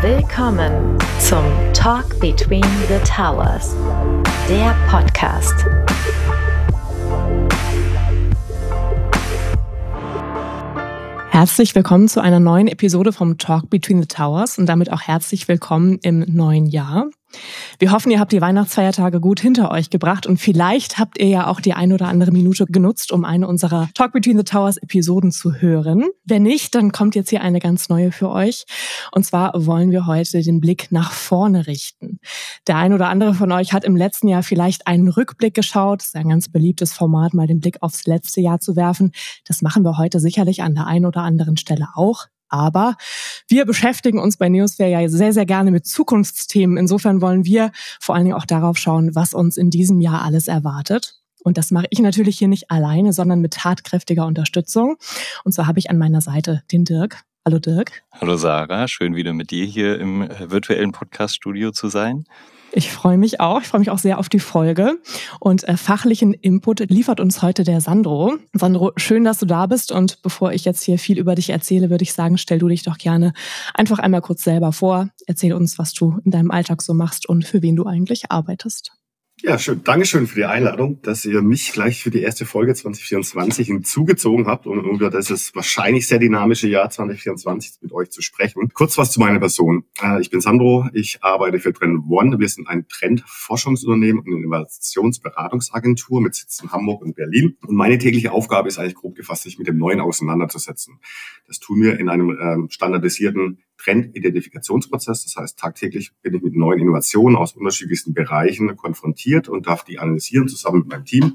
Willkommen zum Talk Between the Towers, der Podcast. Herzlich willkommen zu einer neuen Episode vom Talk Between the Towers und damit auch herzlich willkommen im neuen Jahr. Wir hoffen, ihr habt die Weihnachtsfeiertage gut hinter euch gebracht und vielleicht habt ihr ja auch die ein oder andere Minute genutzt, um eine unserer Talk Between the Towers Episoden zu hören. Wenn nicht, dann kommt jetzt hier eine ganz neue für euch. Und zwar wollen wir heute den Blick nach vorne richten. Der ein oder andere von euch hat im letzten Jahr vielleicht einen Rückblick geschaut. Das ist ein ganz beliebtes Format, mal den Blick aufs letzte Jahr zu werfen. Das machen wir heute sicherlich an der einen oder anderen Stelle auch. Aber wir beschäftigen uns bei Neosphere ja sehr, sehr gerne mit Zukunftsthemen. Insofern wollen wir vor allen Dingen auch darauf schauen, was uns in diesem Jahr alles erwartet. Und das mache ich natürlich hier nicht alleine, sondern mit tatkräftiger Unterstützung. Und so habe ich an meiner Seite den Dirk. Hallo Dirk. Hallo Sarah, schön wieder mit dir hier im virtuellen Podcast-Studio zu sein. Ich freue mich auch sehr auf die Folge und fachlichen Input liefert uns heute der Sandro. Sandro, schön, dass du da bist und bevor ich jetzt hier viel über dich erzähle, würde ich sagen, stell du dich doch gerne einfach einmal kurz selber vor. Erzähl uns, was du in deinem Alltag so machst und für wen du eigentlich arbeitest. Ja, schön. Dankeschön für die Einladung, dass ihr mich gleich für die erste Folge 2024 hinzugezogen habt, um über das wahrscheinlich sehr dynamische Jahr 2024 mit euch zu sprechen. Kurz was zu meiner Person. Ich bin Sandro, ich arbeite für Trend One. Wir sind ein Trendforschungsunternehmen und eine Innovationsberatungsagentur mit Sitz in Hamburg und Berlin. Und meine tägliche Aufgabe ist eigentlich grob gefasst, sich mit dem Neuen auseinanderzusetzen. Das tun wir in einem standardisierten Trendidentifikationsprozess. Das heißt, tagtäglich bin ich mit neuen Innovationen aus unterschiedlichsten Bereichen konfrontiert und darf die analysieren zusammen mit meinem Team.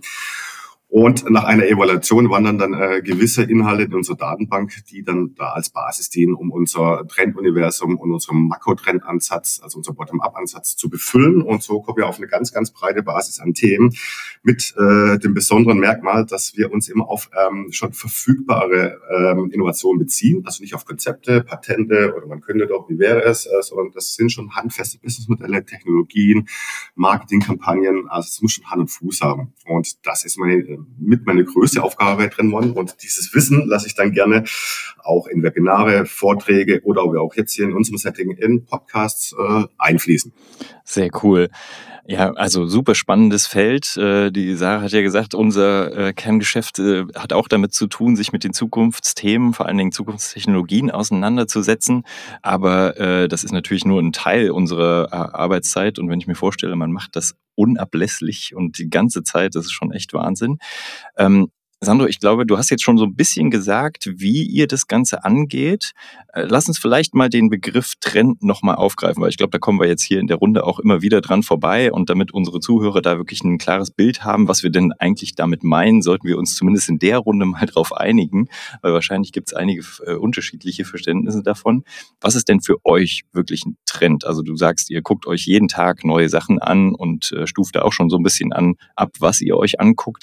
Und nach einer Evaluation wandern dann gewisse Inhalte in unsere Datenbank, die dann da als Basis dienen, um unser Trenduniversum und unseren Makro-Trend-Ansatz, also unser Bottom-up-Ansatz zu befüllen. Und so kommen wir auf eine ganz, ganz breite Basis an Themen mit dem besonderen Merkmal, dass wir uns immer auf schon verfügbare Innovationen beziehen. Also nicht auf Konzepte, Patente oder man könnte doch, wie wäre es, sondern das sind schon handfeste Businessmodelle, Technologien, Marketingkampagnen. Also es muss schon Hand und Fuß haben. Und das ist meine größte Aufgabe bei Trend One und dieses Wissen lasse ich dann gerne auch in Webinare, Vorträge oder auch jetzt hier in unserem Setting in Podcasts einfließen. Sehr cool. Ja, also super spannendes Feld. Die Sarah hat ja gesagt, unser Kerngeschäft hat auch damit zu tun, sich mit den Zukunftsthemen, vor allen Dingen Zukunftstechnologien auseinanderzusetzen. Aber das ist natürlich nur ein Teil unserer Arbeitszeit. Und wenn ich mir vorstelle, man macht das unablässlich und die ganze Zeit, das ist schon echt Wahnsinn. Sandro, ich glaube, du hast jetzt schon so ein bisschen gesagt, wie ihr das Ganze angeht. Lass uns vielleicht mal den Begriff Trend nochmal aufgreifen, weil ich glaube, da kommen wir jetzt hier in der Runde auch immer wieder dran vorbei. Und damit unsere Zuhörer da wirklich ein klares Bild haben, was wir denn eigentlich damit meinen, sollten wir uns zumindest in der Runde mal drauf einigen, weil wahrscheinlich gibt es einige unterschiedliche Verständnisse davon. Was ist denn für euch wirklich ein Trend? Also du sagst, ihr guckt euch jeden Tag neue Sachen an und stuft da auch schon so ein bisschen ab, was ihr euch anguckt.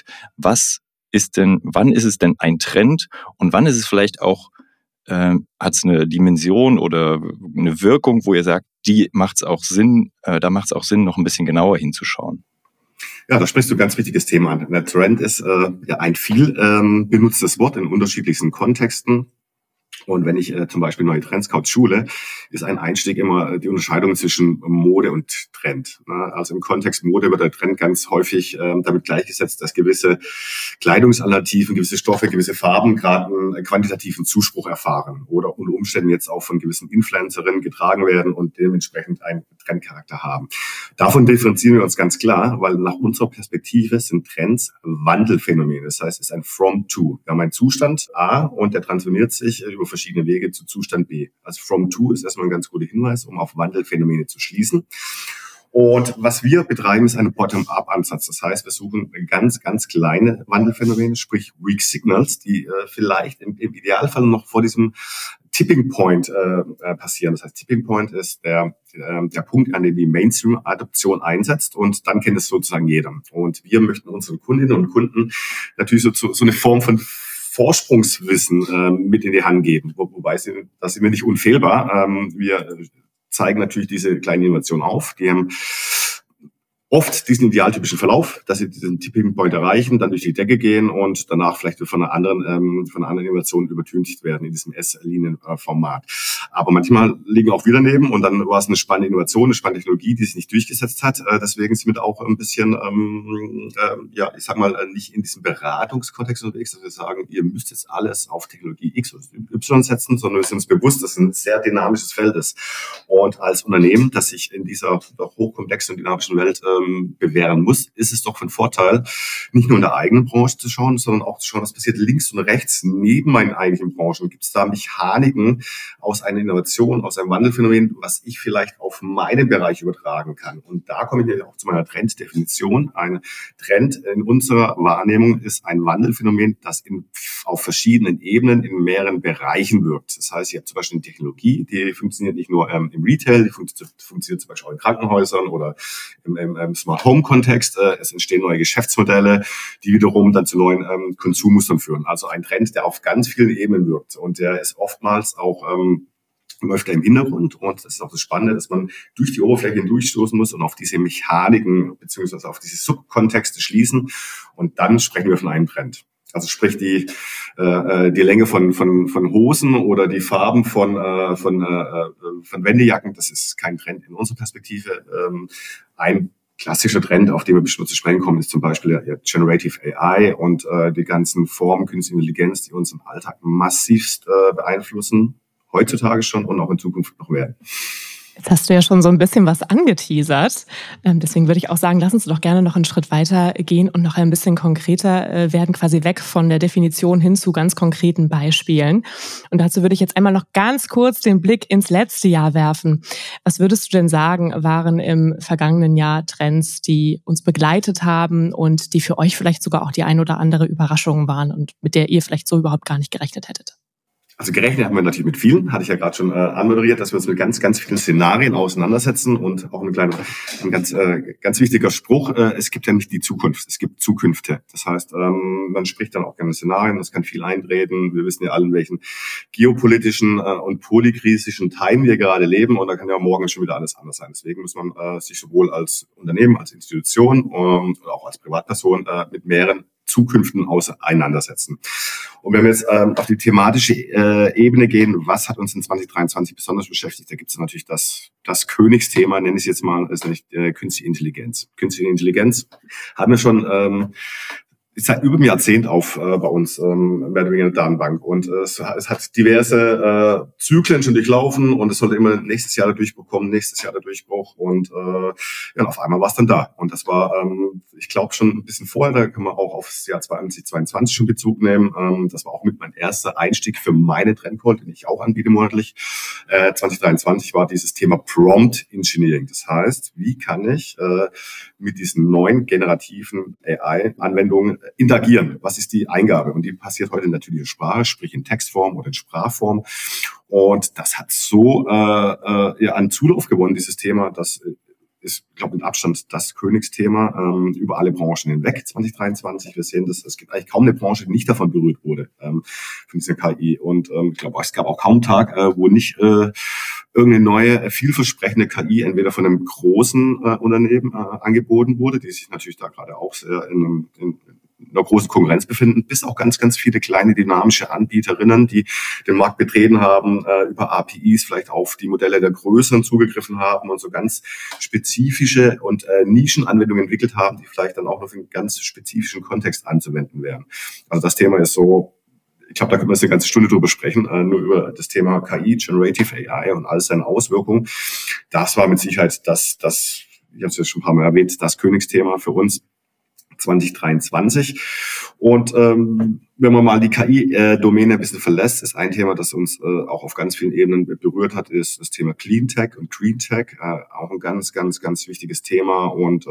Wann ist es denn ein Trend und wann ist es vielleicht auch, hat es eine Dimension oder eine Wirkung, wo ihr sagt, da macht es auch Sinn, noch ein bisschen genauer hinzuschauen? Ja, da sprichst du ein ganz wichtiges Thema an. Der Trend ist ja ein viel benutztes Wort in unterschiedlichsten Kontexten. Und wenn ich zum Beispiel neue Trendscouts schule, ist ein Einstieg immer die Unterscheidung zwischen Mode und Trend. Also im Kontext Mode wird der Trend ganz häufig damit gleichgesetzt, dass gewisse Kleidungsalternativen, gewisse Stoffe, gewisse Farben gerade einen quantitativen Zuspruch erfahren oder unter Umständen jetzt auch von gewissen Influencerinnen getragen werden und dementsprechend einen Trendcharakter haben. Davon differenzieren wir uns ganz klar, weil nach unserer Perspektive sind Trends Wandelphänomene. Das heißt, es ist ein From To. Wir haben einen Zustand A und der transformiert sich über verschiedene Wege zu Zustand B. Also From To ist erstmal ein ganz guter Hinweis, um auf Wandelphänomene zu schließen. Und was wir betreiben, ist ein Bottom-up-Ansatz. Das heißt, wir suchen ganz, ganz kleine Wandelphänomene, sprich Weak Signals, die vielleicht im Idealfall noch vor diesem Tipping Point passieren. Das heißt, Tipping Point ist der Punkt, an dem die Mainstream-Adoption einsetzt und dann kennt es sozusagen jeder. Und wir möchten unseren Kundinnen und Kunden natürlich so eine Form von Vorsprungswissen mit in die Hand geben. Wobei, da sind wir nicht unfehlbar. Wir zeigen natürlich diese kleinen Innovationen auf. Die haben oft diesen idealtypischen Verlauf, dass sie diesen Tipping Point erreichen, dann durch die Decke gehen und danach vielleicht von einer anderen Innovation übertüncht werden in diesem S-Linien-Format. Aber manchmal liegen auch wieder daneben und dann war es eine spannende Innovation, eine spannende Technologie, die sich nicht durchgesetzt hat. Deswegen sind wir auch ein bisschen, ich sag mal, nicht in diesem Beratungskontext unterwegs, dass wir sagen, ihr müsst jetzt alles auf Technologie X oder Y setzen, sondern wir sind uns bewusst, dass es ein sehr dynamisches Feld ist. Und als Unternehmen, das sich in dieser hochkomplexen und dynamischen Welt bewähren muss, ist es doch von Vorteil, nicht nur in der eigenen Branche zu schauen, sondern auch zu schauen, was passiert links und rechts neben meinen eigentlichen Branchen. Gibt es da Mechaniken aus einer Innovation, aus einem Wandelphänomen, was ich vielleicht auf meinen Bereich übertragen kann? Und da komme ich auch zu meiner Trenddefinition. Ein Trend in unserer Wahrnehmung ist ein Wandelphänomen, das auf verschiedenen Ebenen in mehreren Bereichen wirkt. Das heißt, ich habe zum Beispiel eine Technologie, die funktioniert nicht nur im Retail, die funktioniert zum Beispiel auch in Krankenhäusern oder im Smart Home Kontext. Es entstehen neue Geschäftsmodelle, die wiederum dann zu neuen Konsummustern führen. Also ein Trend, der auf ganz vielen Ebenen wirkt und der ist oftmals auch läuft da im Hintergrund und das ist auch das Spannende, dass man durch die Oberfläche hindurchstoßen muss und auf diese Mechaniken beziehungsweise auf diese Subkontexte schließen und dann sprechen wir von einem Trend. Also sprich die Länge von Hosen oder die Farben von Wendejacken, das ist kein Trend in unserer Perspektive. Ein klassischer Trend, auf den wir bestimmt zu sprechen kommen, ist zum Beispiel Generative AI und die ganzen Formen künstliche Intelligenz, die uns im Alltag massivst beeinflussen. Heutzutage schon und auch in Zukunft noch werden. Jetzt hast du ja schon so ein bisschen was angeteasert. Deswegen würde ich auch sagen, lass uns doch gerne noch einen Schritt weiter gehen und noch ein bisschen konkreter werden, quasi weg von der Definition hin zu ganz konkreten Beispielen. Und dazu würde ich jetzt einmal noch ganz kurz den Blick ins letzte Jahr werfen. Was würdest du denn sagen, waren im vergangenen Jahr Trends, die uns begleitet haben und die für euch vielleicht sogar auch die ein oder andere Überraschung waren und mit der ihr vielleicht so überhaupt gar nicht gerechnet hättet? Also gerechnet haben wir natürlich mit vielen, hatte ich ja gerade schon anmoderiert, dass wir uns mit ganz, ganz vielen Szenarien auseinandersetzen und auch ein ganz wichtiger Spruch, es gibt ja nicht die Zukunft, es gibt Zukünfte. Das heißt, man spricht dann auch gerne Szenarien, das kann viel eintreten. Wir wissen ja alle, in welchen geopolitischen und polykrisischen Teilen wir gerade leben und da kann ja morgen schon wieder alles anders sein. Deswegen muss man sich sowohl als Unternehmen, als Institution oder auch als Privatperson mit mehreren Zukünften auseinandersetzen. Und wenn wir jetzt auf die thematische Ebene gehen, was hat uns in 2023 besonders beschäftigt? Da gibt es natürlich das Königsthema, nenne ich es jetzt mal, ist nämlich Künstliche Intelligenz. Künstliche Intelligenz haben wir schon seit über einem Jahrzehnt bei uns, mehr oder weniger eine Datenbank. Und es hat diverse Zyklen schon durchlaufen und es sollte immer nächstes Jahr der Durchbruch kommen, nächstes Jahr der Durchbruch. Und auf einmal war es dann da. Und das war, ich glaube, schon ein bisschen vorher, da kann man auch aufs Jahr 2022 schon Bezug nehmen. Das war auch mit mein erster Einstieg für meine Trendcall, den ich auch anbiete monatlich. 2023 war dieses Thema Prompt Engineering. Das heißt, wie kann ich mit diesen neuen generativen AI-Anwendungen interagieren? Was ist die Eingabe? Und die passiert heute in natürlicher Sprache, sprich in Textform oder in Sprachform. Und das hat so an Zulauf gewonnen, dieses Thema. Das ist, glaube ich, mit Abstand das Königsthema über alle Branchen hinweg 2023. Wir sehen, dass es gibt eigentlich kaum eine Branche, die nicht davon berührt wurde, von dieser KI. Und ich glaube, es gab auch kaum einen Tag, wo nicht irgendeine neue, vielversprechende KI entweder von einem großen Unternehmen angeboten wurde, die sich natürlich da gerade auch sehr in einer großen Konkurrenz befinden, bis auch ganz, ganz viele kleine dynamische Anbieterinnen, die den Markt betreten haben, über APIs vielleicht auf die Modelle der Größeren zugegriffen haben und so ganz spezifische und Nischenanwendungen entwickelt haben, die vielleicht dann auch noch für einen ganz spezifischen Kontext anzuwenden wären. Also das Thema ist so, ich glaube, da können wir jetzt eine ganze Stunde drüber sprechen, nur über das Thema KI, Generative AI und all seine Auswirkungen. Das war mit Sicherheit ich habe es ja schon ein paar Mal erwähnt, das Königsthema für uns 2023. Und wenn man mal die KI-Domäne ein bisschen verlässt, ist ein Thema, das uns auch auf ganz vielen Ebenen berührt hat, ist das Thema Clean Tech und Green Tech. Auch ein ganz, ganz, ganz wichtiges Thema. Und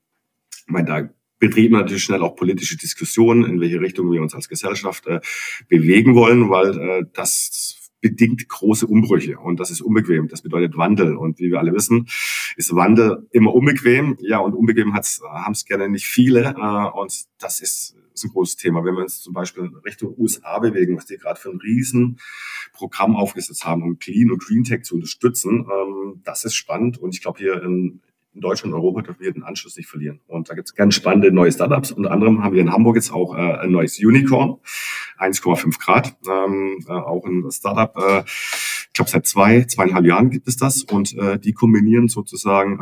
da betrieben natürlich schnell auch politische Diskussionen, in welche Richtung wir uns als Gesellschaft bewegen wollen, weil das bedingt große Umbrüche und das ist unbequem. Das bedeutet Wandel und wie wir alle wissen, ist Wandel immer unbequem. Ja, und unbequem haben es gerne nicht viele und das ist ein großes Thema. Wenn wir uns zum Beispiel Richtung USA bewegen, was die gerade für ein Riesenprogramm aufgesetzt haben, um Clean und Green Tech zu unterstützen, das ist spannend und ich glaube hier in Deutschland und Europa dürfen wir den Anschluss nicht verlieren. Und da gibt es ganz spannende neue Startups. Unter anderem haben wir in Hamburg jetzt auch ein neues Unicorn, 1,5 Grad, auch ein Startup, glaube, seit 2,5 Jahren gibt es das und die kombinieren sozusagen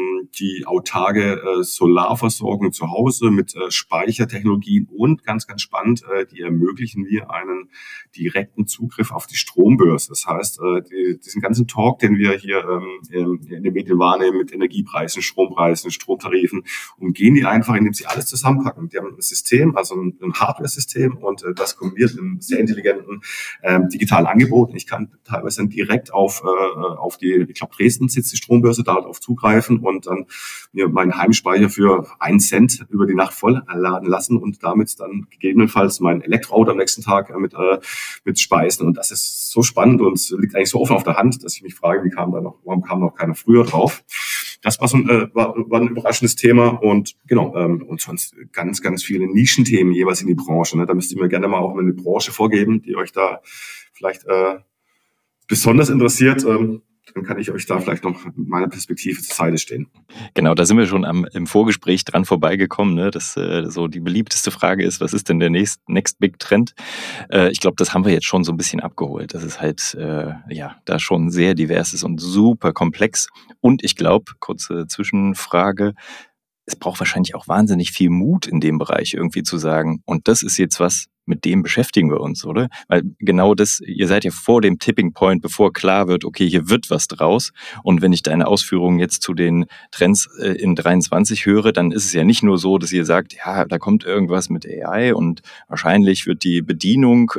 die autarke Solarversorgung zu Hause mit Speichertechnologien und ganz, ganz spannend, die ermöglichen wir einen direkten Zugriff auf die Strombörse. Das heißt, diesen ganzen Talk, den wir hier in den Medien wahrnehmen mit Energiepreisen, Strompreisen, Stromtarifen, umgehen die einfach, indem sie alles zusammenpacken. Die haben ein System, also ein Hardware-System und das kombiniert mit einem sehr intelligenten digitalen Angebot. Ich kann teilweise dann direkt auf die, ich glaube, Dresden sitzt die Strombörse, darauf zugreifen und dann mir meinen Heimspeicher für 1 Cent über die Nacht vollladen lassen und damit dann gegebenenfalls mein Elektroauto am nächsten Tag mit speisen. Und das ist so spannend und liegt eigentlich so offen auf der Hand, dass ich mich frage, warum kam noch keiner früher drauf? Das war war ein überraschendes Thema und genau, und sonst ganz, ganz viele Nischenthemen jeweils in die Branche. Ne? Da müsst ihr mir gerne mal auch eine Branche vorgeben, die euch da vielleicht besonders interessiert. Dann kann ich euch da vielleicht noch mit meiner Perspektive zur Seite stehen. Genau, da sind wir schon im Vorgespräch dran vorbeigekommen, ne? Dass so die beliebteste Frage ist, was ist denn der next Big Trend? Ich glaube, das haben wir jetzt schon so ein bisschen abgeholt. Das ist halt da schon sehr divers ist und super komplex. Und ich glaube, kurze Zwischenfrage, es braucht wahrscheinlich auch wahnsinnig viel Mut in dem Bereich irgendwie zu sagen, und das ist jetzt was, mit dem beschäftigen wir uns, oder? Weil genau das, ihr seid ja vor dem Tipping Point, bevor klar wird, okay, hier wird was draus. Und wenn ich deine Ausführungen jetzt zu den Trends in 23 höre, dann ist es ja nicht nur so, dass ihr sagt, ja, da kommt irgendwas mit AI und wahrscheinlich wird die Bedienung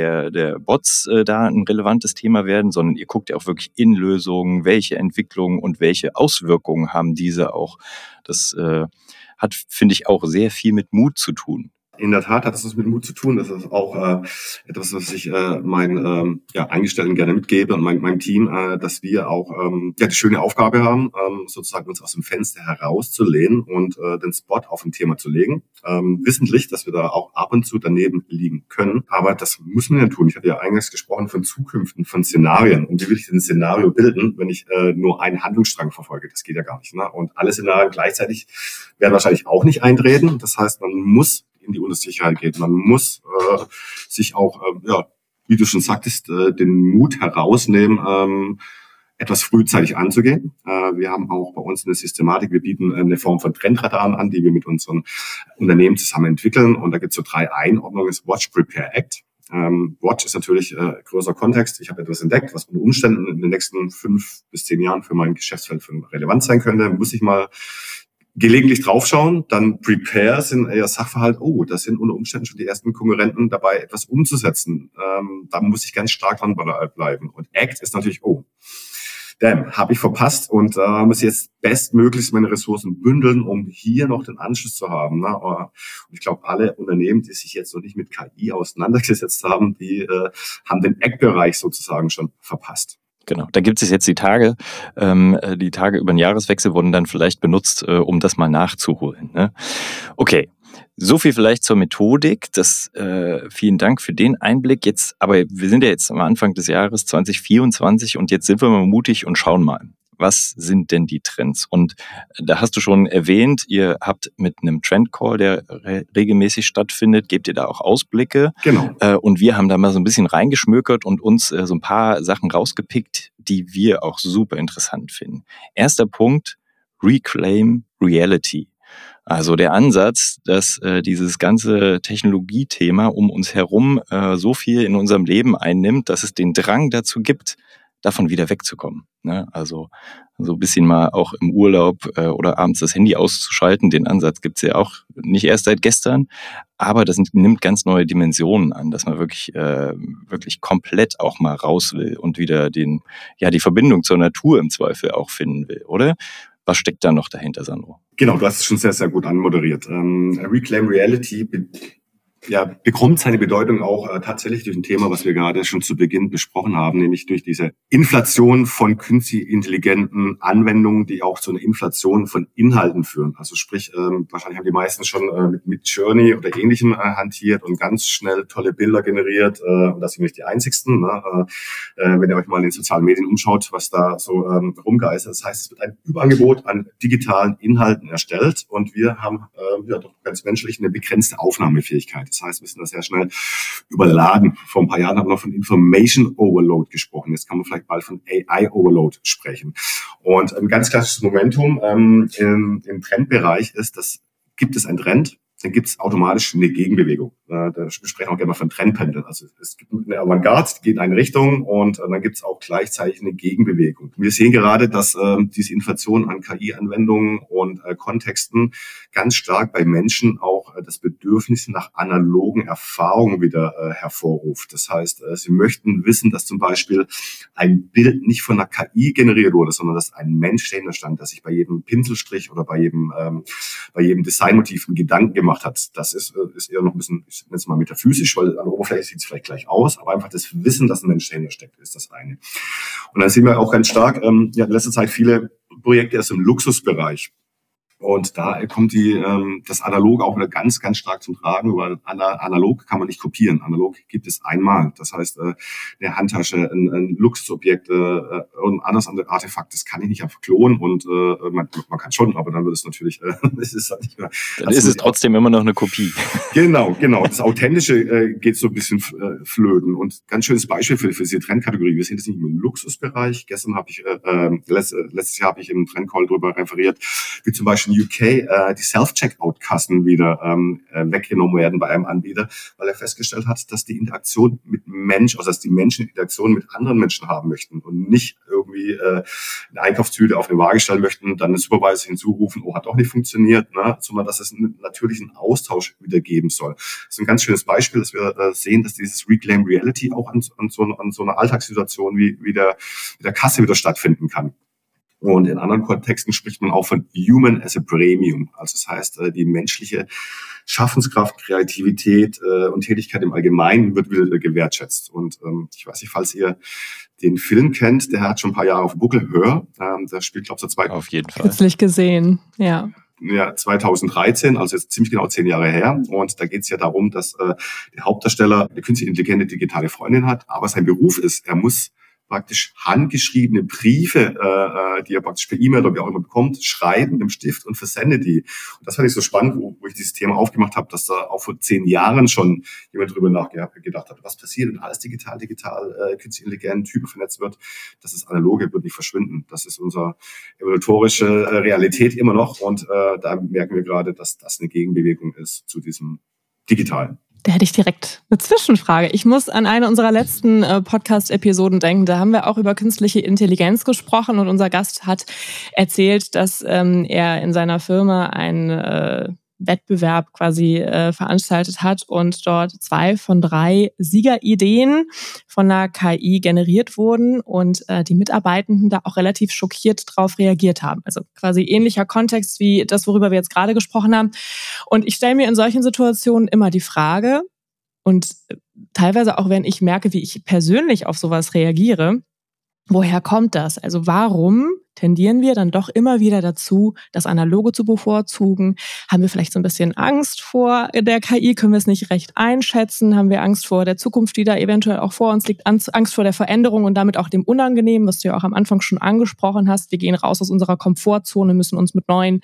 der Bots da ein relevantes Thema werden, sondern ihr guckt ja auch wirklich in Lösungen, welche Entwicklungen und welche Auswirkungen haben diese auch. Das hat, finde ich, auch sehr viel mit Mut zu tun. In der Tat hat es was mit Mut zu tun. Das ist auch etwas, was ich meinen Angestellten gerne mitgebe und meinem Team, dass wir auch die schöne Aufgabe haben, sozusagen uns aus dem Fenster herauszulehnen und den Spot auf ein Thema zu legen. Wissentlich, dass wir da auch ab und zu daneben liegen können. Aber das muss man ja tun. Ich hatte ja eingangs gesprochen von Zukünften, von Szenarien. Und wie will ich denn ein Szenario bilden, wenn ich nur einen Handlungsstrang verfolge? Das geht ja gar nicht. Ne? Und alle Szenarien gleichzeitig werden wahrscheinlich auch nicht eintreten. Das heißt, man muss in die Unsicherheit geht. Man muss sich auch, wie du schon sagtest, den Mut herausnehmen, etwas frühzeitig anzugehen. Wir haben auch bei uns eine Systematik, wir bieten eine Form von Trendradaren an, die wir mit unseren Unternehmen zusammen entwickeln. Und da gibt es so 3 Einordnungen, das Watch, Prepare, Act. Watch ist natürlich größer Kontext. Ich habe etwas entdeckt, was unter Umständen in den nächsten 5 bis 10 Jahren für mein Geschäftsfeld relevant sein könnte. Muss ich mal gelegentlich draufschauen, dann Prepare sind eher Sachverhalt, da sind unter Umständen schon die ersten Konkurrenten dabei, etwas umzusetzen. Da muss ich ganz stark dran bleiben. Und Act ist natürlich, habe ich verpasst und muss jetzt bestmöglichst meine Ressourcen bündeln, um hier noch den Anschluss zu haben. Ne? Und ich glaube, alle Unternehmen, die sich jetzt noch nicht mit KI auseinandergesetzt haben, die haben den Act-Bereich sozusagen schon verpasst. Genau, da gibt es jetzt die Tage. Die Tage über den Jahreswechsel wurden dann vielleicht benutzt, um das mal nachzuholen. Ne? Okay, so viel vielleicht zur Methodik. Vielen Dank für den Einblick. Aber wir sind ja jetzt am Anfang des Jahres 2024 und jetzt sind wir mal mutig und schauen mal. Was sind denn die Trends? Und da hast du schon erwähnt, ihr habt mit einem Trendcall, der regelmäßig stattfindet, gebt ihr da auch Ausblicke. Genau. Und wir haben da mal so ein bisschen reingeschmökert und uns so ein paar Sachen rausgepickt, die wir auch super interessant finden. Erster Punkt, Reclaim Reality. Also der Ansatz, dass dieses ganze Technologiethema um uns herum so viel in unserem Leben einnimmt, dass es den Drang dazu gibt, davon wieder wegzukommen. Ne? Also so ein bisschen mal auch im Urlaub oder abends das Handy auszuschalten. Den Ansatz gibt's ja auch nicht erst seit gestern, aber das nimmt ganz neue Dimensionen an, dass man wirklich komplett auch mal raus will und wieder die Verbindung zur Natur im Zweifel auch finden will, oder? Was steckt da noch dahinter, Sandro? Genau, du hast es schon sehr, sehr gut anmoderiert. Reclaim Reality bekommt seine Bedeutung auch tatsächlich durch ein Thema, was wir gerade schon zu Beginn besprochen haben, nämlich durch diese Inflation von künstlich intelligenten Anwendungen, die auch zu einer Inflation von Inhalten führen. Also sprich, wahrscheinlich haben die meisten schon mit Journey oder Ähnlichem hantiert und ganz schnell tolle Bilder generiert. Und das sind nicht die einzigsten. Ne? Wenn ihr euch mal in den sozialen Medien umschaut, was da so rumgeistert. Das heißt, es wird ein Überangebot an digitalen Inhalten erstellt und wir haben doch ganz menschlich eine begrenzte Aufnahmefähigkeit. Das heißt, wir sind da sehr schnell überladen. Vor ein paar Jahren haben wir von Information Overload gesprochen. Jetzt kann man vielleicht bald von AI Overload sprechen. Und ein ganz klassisches Momentum im Trendbereich ist, dass gibt es einen Trend, dann gibt es automatisch eine Gegenbewegung. Da sprechen wir auch gerne mal von Trendpendeln. Also es gibt eine Avantgarde, die geht in eine Richtung und dann gibt es auch gleichzeitig eine Gegenbewegung. Wir sehen gerade, dass diese Inflation an KI-Anwendungen und Kontexten ganz stark bei Menschen auch das Bedürfnis nach analogen Erfahrungen wieder hervorruft. Das heißt, sie möchten wissen, dass zum Beispiel ein Bild nicht von einer KI generiert wurde, sondern dass ein Mensch dahinter stand, dass sich bei jedem Pinselstrich oder bei jedem Designmotiv einen Gedanken gemacht hat. Das ist eher noch ein bisschen, ich nenne es mal metaphysisch, weil an der Oberfläche sieht es vielleicht gleich aus, aber einfach das Wissen, dass ein Mensch dahinter steckt, ist das eine. Und dann sehen wir auch ganz stark, in letzter Zeit viele Projekte erst im Luxusbereich. Und da kommt das Analog auch wieder ganz, ganz stark zum Tragen, weil analog kann man nicht kopieren. Analog gibt es einmal. Das heißt, eine Handtasche, ein Luxusobjekt, ein anderes Artefakt, das kann ich nicht einfach klonen und man kann schon, aber dann wird es natürlich, es ist halt nicht mehr. Dann ist es trotzdem immer noch eine Kopie. Genau. Das Authentische geht so ein bisschen flöten. Und ganz schönes Beispiel für diese Trendkategorie. Wir sehen das nicht im Luxusbereich. Letztes Jahr habe ich im Trendcall drüber referiert, wie zum Beispiel in UK die Self-Checkout-Kassen wieder weggenommen werden bei einem Anbieter, weil er festgestellt hat, dass die Interaktion mit Mensch, also dass die Menschen Interaktion mit anderen Menschen haben möchten und nicht irgendwie eine Einkaufstüte auf eine Waage stellen möchten, dann einen Supervisor hinzurufen, hat doch nicht funktioniert, sondern dass es einen natürlichen Austausch wieder geben soll. Das ist ein ganz schönes Beispiel, dass wir sehen, dass dieses Reclaim Reality auch an so einer Alltagssituation wie der Kasse wieder stattfinden kann. Und in anderen Kontexten spricht man auch von Human as a Premium. Also das heißt, die menschliche Schaffenskraft, Kreativität und Tätigkeit im Allgemeinen wird wieder gewertschätzt. Und ich weiß nicht, falls ihr den Film kennt, der hat schon ein paar Jahre auf dem Buckel, Her. Der spielt, glaube ich, so auf jeden Fall. Kürzlich gesehen, ja. Ja, 2013, also jetzt ziemlich genau 10 Jahre her. Und da geht es ja darum, dass der Hauptdarsteller eine künstlich intelligente digitale Freundin hat, aber sein Beruf ist, er muss praktisch handgeschriebene Briefe, die er praktisch per E-Mail oder wie auch immer bekommt, schreiben mit dem Stift und versende die. Und das fand ich so spannend, wo ich dieses Thema aufgemacht habe, dass da auch vor 10 Jahren schon jemand drüber nachgedacht hat, was passiert, wenn alles digital, künstlich intelligent, Typen vernetzt wird. Das Analoge wird nicht verschwinden. Das ist unsere evolutorische Realität immer noch. Und da merken wir gerade, dass das eine Gegenbewegung ist zu diesem Digitalen. Da hätte ich direkt eine Zwischenfrage. Ich muss an eine unserer letzten Podcast-Episoden denken. Da haben wir auch über künstliche Intelligenz gesprochen und unser Gast hat erzählt, dass er in seiner Firma einen Wettbewerb quasi veranstaltet hat und dort 2 von 3 Siegerideen von einer KI generiert wurden und die Mitarbeitenden da auch relativ schockiert drauf reagiert haben. Also quasi ähnlicher Kontext wie das, worüber wir jetzt gerade gesprochen haben. Und ich stelle mir in solchen Situationen immer die Frage und teilweise auch, wenn ich merke, wie ich persönlich auf sowas reagiere, woher kommt das? Also warum tendieren wir dann doch immer wieder dazu, das Analoge zu bevorzugen? Haben wir vielleicht so ein bisschen Angst vor der KI? Können wir es nicht recht einschätzen? Haben wir Angst vor der Zukunft, die da eventuell auch vor uns liegt? Angst vor der Veränderung und damit auch dem Unangenehmen, was du ja auch am Anfang schon angesprochen hast. Wir gehen raus aus unserer Komfortzone, müssen uns mit neuen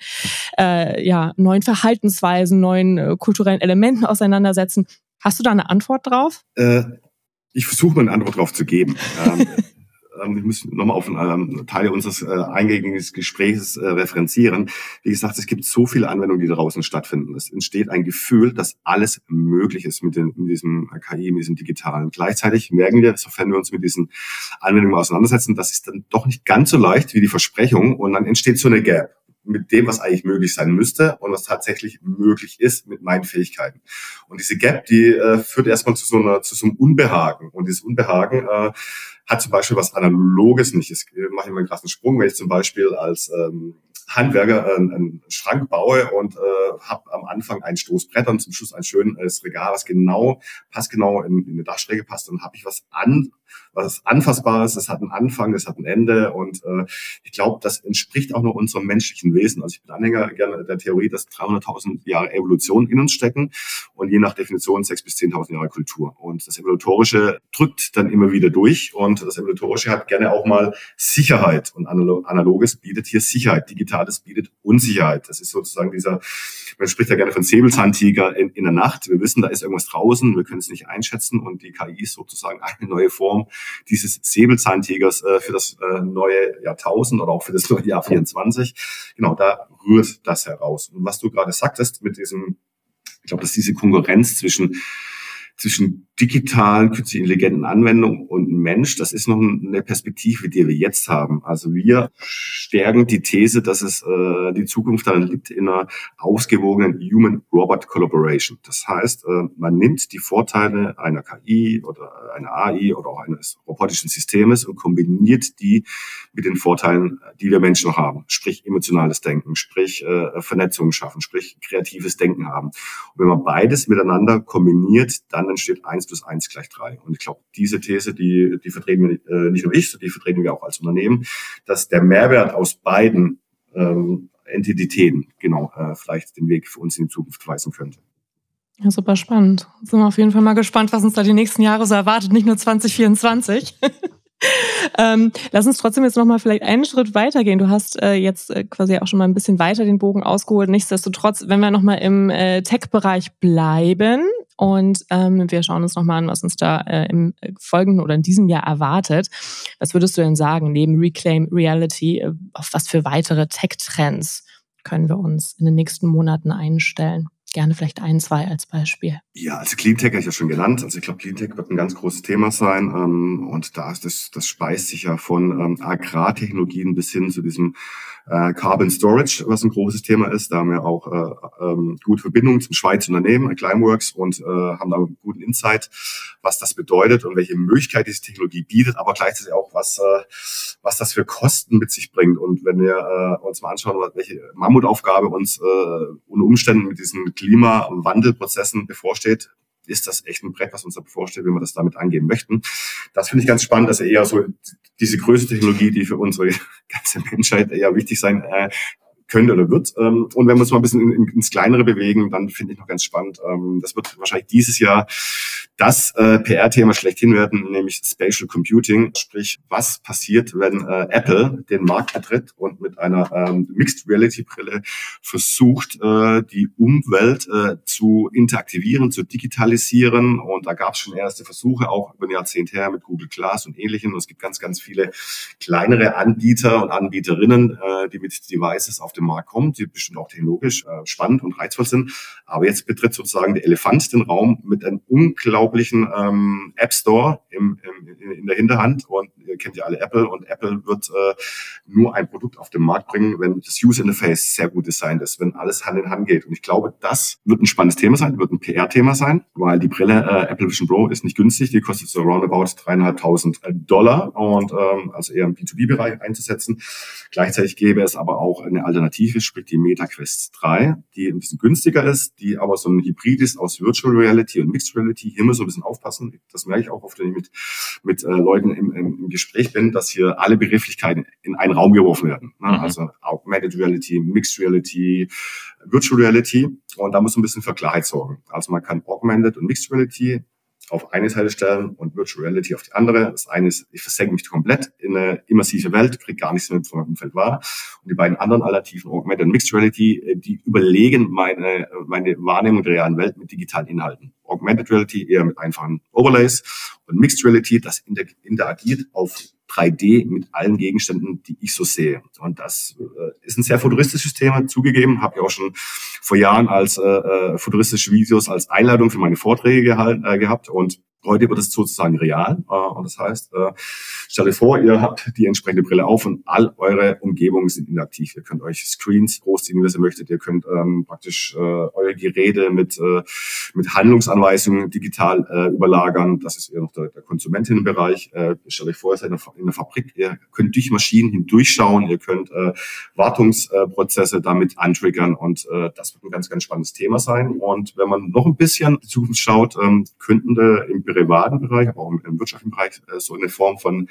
Verhaltensweisen, neuen kulturellen Elementen auseinandersetzen. Hast du da eine Antwort drauf? Ich versuche mal eine Antwort drauf zu geben. Ich muss nochmal auf Teile unseres eingängigen Gesprächs referenzieren. Wie gesagt, es gibt so viele Anwendungen, die draußen stattfinden. Es entsteht ein Gefühl, dass alles möglich ist mit diesem KI, mit diesem Digitalen. Gleichzeitig merken wir, sofern wir uns mit diesen Anwendungen auseinandersetzen, das ist dann doch nicht ganz so leicht wie die Versprechung und dann entsteht so eine Gap mit dem, was eigentlich möglich sein müsste und was tatsächlich möglich ist mit meinen Fähigkeiten. Und diese Gap, die führt erstmal zu so einem Unbehagen. Und dieses Unbehagen hat zum Beispiel was Analoges nicht. Ich mache immer einen krassen Sprung, wenn ich zum Beispiel als Handwerker einen Schrank baue und habe am Anfang ein Stoßbrett und zum Schluss ein schönes Regal, was passt genau in eine Dachschräge passt, dann habe ich was was Anfassbares, das hat einen Anfang, das hat ein Ende und ich glaube, das entspricht auch noch unserem menschlichen Wesen. Also ich bin Anhänger gerne der Theorie, dass 300.000 Jahre Evolution in uns stecken und je nach Definition 6.000 bis 10.000 Jahre Kultur. Und das Evolutorische drückt dann immer wieder durch und das Evolutorische hat gerne auch mal Sicherheit und Analoges bietet hier Sicherheit, Digitales bietet Unsicherheit. Das ist sozusagen man spricht ja gerne von Säbelzahntiger in der Nacht. Wir wissen, da ist irgendwas draußen, wir können es nicht einschätzen und die KI ist sozusagen eine neue Form dieses Säbelzahntigers für das neue Jahrtausend oder auch für das neue Jahr 24. Genau, da rührt das heraus. Und was du gerade sagtest mit diesem, ich glaube, dass diese Konkurrenz zwischen digitalen, künstlich intelligenten Anwendungen und Mensch, das ist noch eine Perspektive, die wir jetzt haben. Also wir stärken die These, dass es die Zukunft darin liegt in einer ausgewogenen Human-Robot-Collaboration. Das heißt, man nimmt die Vorteile einer KI oder einer AI oder auch eines robotischen Systems und kombiniert die mit den Vorteilen, die wir Menschen noch haben. Sprich emotionales Denken, sprich Vernetzung schaffen, sprich kreatives Denken haben. Und wenn man beides miteinander kombiniert, dann entsteht 1 + 1 = 3. Und ich glaube, diese These, die vertreten wir nicht nur ich, die vertreten wir auch als Unternehmen, dass der Mehrwert aus beiden Entitäten vielleicht den Weg für uns in die Zukunft weisen könnte. Ja, super spannend. Sind wir auf jeden Fall mal gespannt, was uns da die nächsten Jahre so erwartet, nicht nur 2024. Lass uns trotzdem jetzt nochmal vielleicht einen Schritt weitergehen. Du hast jetzt quasi auch schon mal ein bisschen weiter den Bogen ausgeholt. Nichtsdestotrotz, wenn wir nochmal im Tech-Bereich bleiben und wir schauen uns nochmal an, was uns da im folgenden oder in diesem Jahr erwartet. Was würdest du denn sagen, neben Reclaim Reality, auf was für weitere Tech-Trends können wir uns in den nächsten Monaten einstellen? Gerne vielleicht 1, 2 als Beispiel. Ja, also Cleantech habe ich ja schon genannt. Also ich glaube, Cleantech wird ein ganz großes Thema sein. Und das speist sich ja von Agrartechnologien bis hin zu diesem Carbon Storage, was ein großes Thema ist. Da haben wir auch gute Verbindungen zum Schweizer Unternehmen, Climeworks, und haben da einen guten Insight, was das bedeutet und welche Möglichkeit diese Technologie bietet, aber gleichzeitig auch, was das für Kosten mit sich bringt. Und wenn wir uns mal anschauen, welche Mammutaufgabe uns unter Umständen mit diesen Klimawandelprozessen bevorsteht, ist das echt ein Brett, was uns da bevorsteht, wenn wir das damit angehen möchten. Das finde ich ganz spannend, dass eher so diese größte Technologie, die für unsere ganze Menschheit eher wichtig sein könnte oder wird. Und wenn wir uns mal ein bisschen ins Kleinere bewegen, dann finde ich noch ganz spannend, das wird wahrscheinlich dieses Jahr das PR-Thema schlechthin werden, nämlich Spatial Computing. Sprich, was passiert, wenn Apple den Markt betritt und mit einer Mixed Reality Brille versucht, die Umwelt zu interaktivieren, zu digitalisieren. Und da gab es schon erste Versuche, auch über ein Jahrzehnt her mit Google Glass und Ähnlichem. Und es gibt ganz, ganz viele kleinere Anbieter und Anbieterinnen, die mit Devices auf den Markt kommen, die bestimmt auch technologisch spannend und reizvoll sind. Aber jetzt betritt sozusagen der Elefant den Raum mit einem unglaublichen App Store in der Hinterhand. Und ihr kennt ja alle Apple. Und Apple wird nur ein Produkt auf den Markt bringen, wenn das User Interface sehr gut designt ist, wenn alles Hand in Hand geht. Und ich glaube, das wird ein spannendes Thema sein, wird ein PR-Thema sein, weil die Brille Apple Vision Pro ist nicht günstig. Die kostet so roundabout $3.500 und also eher im B2B-Bereich einzusetzen. Gleichzeitig gäbe es aber auch eine Alternative, sprich die Meta Quest 3, die ein bisschen günstiger ist, die aber so ein Hybrid ist aus Virtual Reality und Mixed Reality. Hier muss man ein bisschen aufpassen. Das merke ich auch oft, wenn ich mit Leuten im Gespräch bin, dass hier alle Begrifflichkeiten in einen Raum geworfen werden. Ne? Also Augmented Reality, Mixed Reality, Virtual Reality. Und da muss man ein bisschen für Klarheit sorgen. Also man kann Augmented und Mixed Reality auf eine Seite stellen und Virtual Reality auf die andere. Das eine ist, ich versenke mich komplett in eine immersive Welt, kriege gar nichts mehr von meinem Umfeld wahr. Und die beiden anderen Alternativen, Augmented und Mixed Reality, die überlegen meine Wahrnehmung der realen Welt mit digitalen Inhalten. Augmented Reality eher mit einfachen Overlays und Mixed Reality, das interagiert auf 3D mit allen Gegenständen, die ich so sehe. Und das ist ein sehr futuristisches Thema, zugegeben. Habe ich auch schon vor Jahren als futuristische Videos als Einladung für meine Vorträge gehabt. Und heute wird es sozusagen real. Und das heißt, stellt euch vor, ihr habt die entsprechende Brille auf und all eure Umgebungen sind interaktiv. Ihr könnt euch Screens großziehen, wie ihr möchtet. Ihr könnt praktisch eure Geräte mit Handlungsanweisungen digital überlagern. Das ist eher noch der Konsumentinnenbereich. Stellt euch vor, ihr seid in der Fabrik. Ihr könnt durch Maschinen hindurchschauen. Ihr könnt Wartungsprozesse damit antriggern. Und das wird ein ganz, ganz spannendes Thema sein. Und wenn man noch ein bisschen in die Zukunft schaut, könnten im privaten Bereich, aber auch im wirtschaftlichen Bereich so eine Form von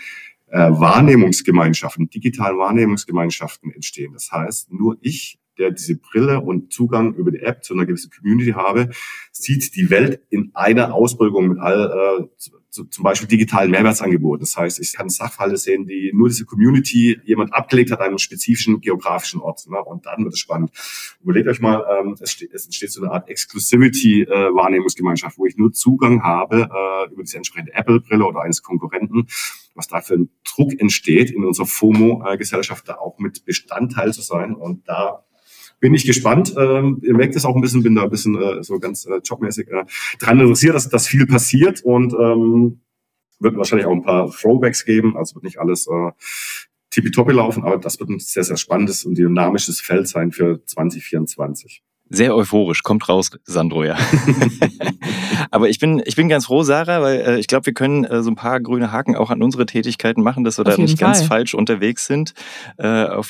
Wahrnehmungsgemeinschaften, digitalen Wahrnehmungsgemeinschaften entstehen. Das heißt, nur ich, der diese Brille und Zugang über die App zu einer gewissen Community habe, sieht die Welt in einer Ausprägung mit all zum Beispiel digitalen Mehrwertsangeboten. Das heißt, ich kann Sachverhalte sehen, die nur diese Community jemand abgelegt hat an einem spezifischen geografischen Ort. Ne? Und dann wird es spannend. Überlegt euch mal, es entsteht so eine Art Exclusivity-Wahrnehmungsgemeinschaft, wo ich nur Zugang habe über diese entsprechende Apple-Brille oder eines Konkurrenten, was da für ein Druck entsteht, in unserer FOMO-Gesellschaft da auch mit Bestandteil zu sein. Und da bin ich gespannt. Ihr merkt es auch ein bisschen, bin da ein bisschen so ganz jobmäßig dran interessiert, dass viel passiert und wird wahrscheinlich auch ein paar Throwbacks geben. Also wird nicht alles tippitoppi laufen, aber das wird ein sehr, sehr spannendes und dynamisches Feld sein für 2024. Sehr euphorisch, kommt raus, Sandro, ja. Aber ich bin ganz froh, Sarah, weil ich glaube, wir können so ein paar grüne Haken auch an unsere Tätigkeiten machen, dass wir da nicht ganz falsch unterwegs sind. Auf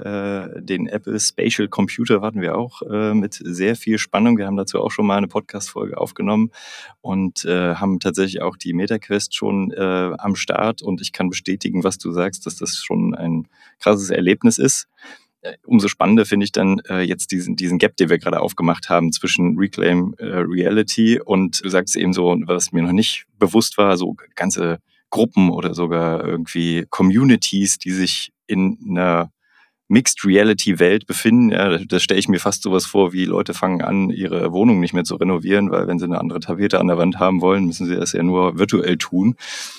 den Apple Spatial Computer warten wir auch mit sehr viel Spannung. Wir haben dazu auch schon mal eine Podcast-Folge aufgenommen und haben tatsächlich auch die MetaQuest schon am Start. Und ich kann bestätigen, was du sagst, dass das schon ein krasses Erlebnis ist. Umso spannender finde ich dann jetzt diesen Gap, den wir gerade aufgemacht haben zwischen Reclaim Reality und du sagst eben so, was mir noch nicht bewusst war, so ganze Gruppen oder sogar irgendwie Communities, die sich in einer Mixed Reality Welt befinden. Ja, da stelle ich mir fast sowas vor, wie Leute fangen an, ihre Wohnung nicht mehr zu renovieren, weil wenn sie eine andere Tapete an der Wand haben wollen, müssen sie das ja nur virtuell tun.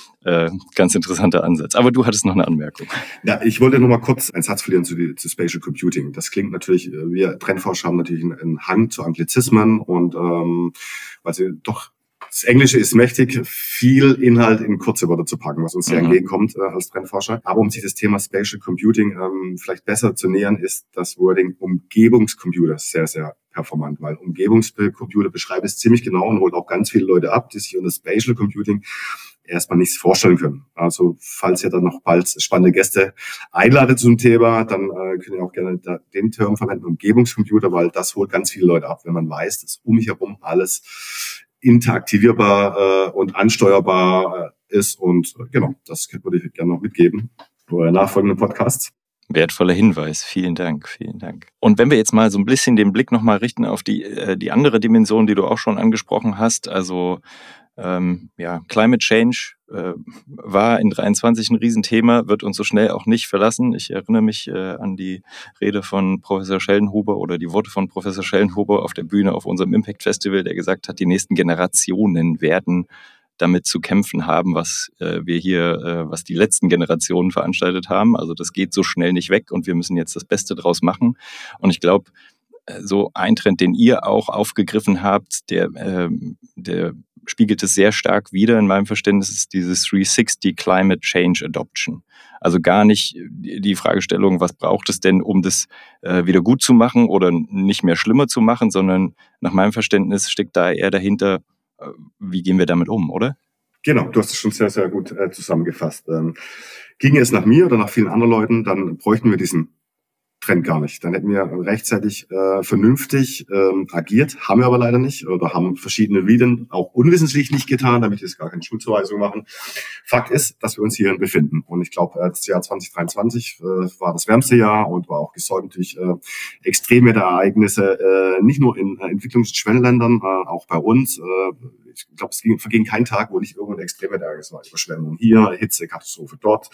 Ganz interessanter Ansatz. Aber du hattest noch eine Anmerkung. Ja, ich wollte noch mal kurz einen Satz verlieren zu Spatial Computing. Das klingt natürlich, wir Trendforscher haben natürlich einen Hang zu Anglizismen und weil sie doch, das Englische ist mächtig, viel Inhalt in kurze Worte zu packen, was uns sehr entgegenkommt als Trendforscher. Aber um sich das Thema Spatial Computing vielleicht besser zu nähern, ist das Wording Umgebungscomputer sehr, sehr performant, weil Umgebungscomputer beschreibt es ziemlich genau und holt auch ganz viele Leute ab, die sich unter Spatial Computing erstmal nichts vorstellen können. Also falls ihr dann noch bald spannende Gäste einladet zum Thema, dann könnt ihr auch gerne den Term verwenden, Umgebungscomputer, weil das holt ganz viele Leute ab, wenn man weiß, dass um mich herum alles interaktivierbar und ansteuerbar ist. Und genau, das würde ich gerne noch mitgeben für nachfolgende Podcasts. Wertvoller Hinweis. Vielen Dank, vielen Dank. Und wenn wir jetzt mal so ein bisschen den Blick nochmal richten auf die andere Dimension, die du auch schon angesprochen hast, also Climate Change war in 23 ein Riesenthema, wird uns so schnell auch nicht verlassen. Ich erinnere mich an die Rede von Professor Schellenhuber oder die Worte von Professor Schellenhuber auf der Bühne auf unserem Impact Festival, der gesagt hat, die nächsten Generationen werden damit zu kämpfen haben, was wir hier, was die letzten Generationen veranstaltet haben. Also das geht so schnell nicht weg und wir müssen jetzt das Beste draus machen. Und ich glaube, so ein Trend, den ihr auch aufgegriffen habt, der spiegelt es sehr stark wider in meinem Verständnis, ist dieses 360 Climate Change Adoption. Also gar nicht die Fragestellung, was braucht es denn, um das wieder gut zu machen oder nicht mehr schlimmer zu machen, sondern nach meinem Verständnis steckt da eher dahinter, wie gehen wir damit um, oder? Genau, du hast es schon sehr, sehr gut zusammengefasst. Ginge es nach mir oder nach vielen anderen Leuten, dann bräuchten wir diesen Trend gar nicht. Dann hätten wir rechtzeitig vernünftig agiert, haben wir aber leider nicht oder haben verschiedene Regeln auch unwissentlich nicht getan, damit wir jetzt gar keine Schuldzuweisung machen. Fakt ist, dass wir uns hierhin befinden und ich glaube, das Jahr 2023 war das wärmste Jahr und war auch gesäumt durch Extremwetterereignisse, nicht nur in Entwicklungs- und Schwellenländern, auch bei uns. Ich glaube, es verging kein Tag, wo nicht irgendwo ein Extremwetterereignis war. Überschwemmung hier, Hitzekatastrophe dort,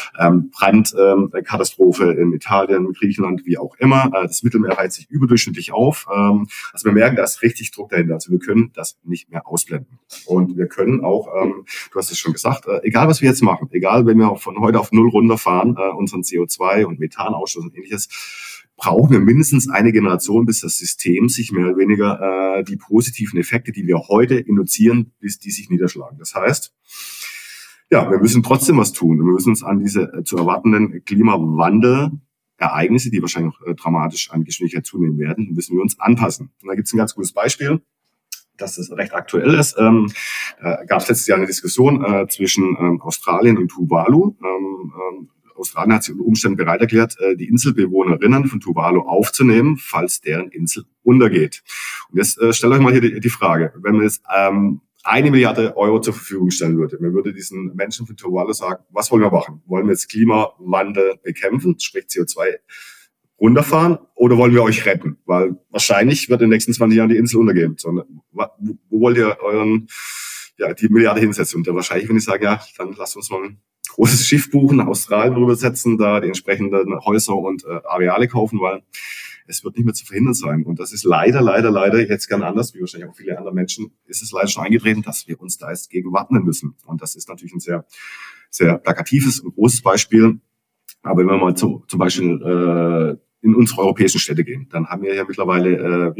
Brandkatastrophe in Italien, Griechenland, wie auch immer. Das Mittelmeer reiht sich überdurchschnittlich auf. Also wir merken, da ist richtig Druck dahinter. Also wir können das nicht mehr ausblenden. Und wir können auch, du hast es schon gesagt, egal was wir jetzt machen, egal wenn wir von heute auf 0 runterfahren, unseren CO2 und Methanausstoß und ähnliches, brauchen wir mindestens eine Generation, bis das System sich mehr oder weniger die positiven Effekte, die wir heute induzieren, bis die sich niederschlagen. Das heißt, ja, wir müssen trotzdem was tun. Wir müssen uns an diese zu erwartenden Klimawandel-Ereignisse, die wahrscheinlich noch dramatisch an Geschwindigkeit zunehmen werden, müssen wir uns anpassen. Und da gibt es ein ganz gutes Beispiel, dass das recht aktuell ist. Gab es letztes Jahr eine Diskussion zwischen Australien und Tuvalu. Australien hat sich unter Umständen bereit erklärt, die Inselbewohnerinnen von Tuvalu aufzunehmen, falls deren Insel untergeht. Und jetzt stellt euch mal hier die Frage, wenn wir jetzt 1 Milliarde Euro zur Verfügung stellen würde, man würde diesen Menschen von Tuvalu sagen, was wollen wir machen? Wollen wir jetzt Klimawandel bekämpfen, sprich CO2 runterfahren, oder wollen wir euch retten? Weil wahrscheinlich wird in den nächsten 20 Jahren die Insel untergehen. Wo wollt ihr die Milliarde hinsetzen? Und wahrscheinlich, wenn ich sage, ja, dann lasst uns mal ein großes Schiff buchen, nach Australien rübersetzen, da die entsprechenden Häuser und Areale kaufen, weil es wird nicht mehr zu verhindern sein. Und das ist leider jetzt ganz anders, wie wahrscheinlich auch viele andere Menschen, ist es leider schon eingetreten, dass wir uns da jetzt gegen wappnen müssen. Und das ist natürlich ein sehr, sehr plakatives und großes Beispiel. Aber wenn wir mal zum Beispiel in unsere europäischen Städte gehen, dann haben wir ja mittlerweile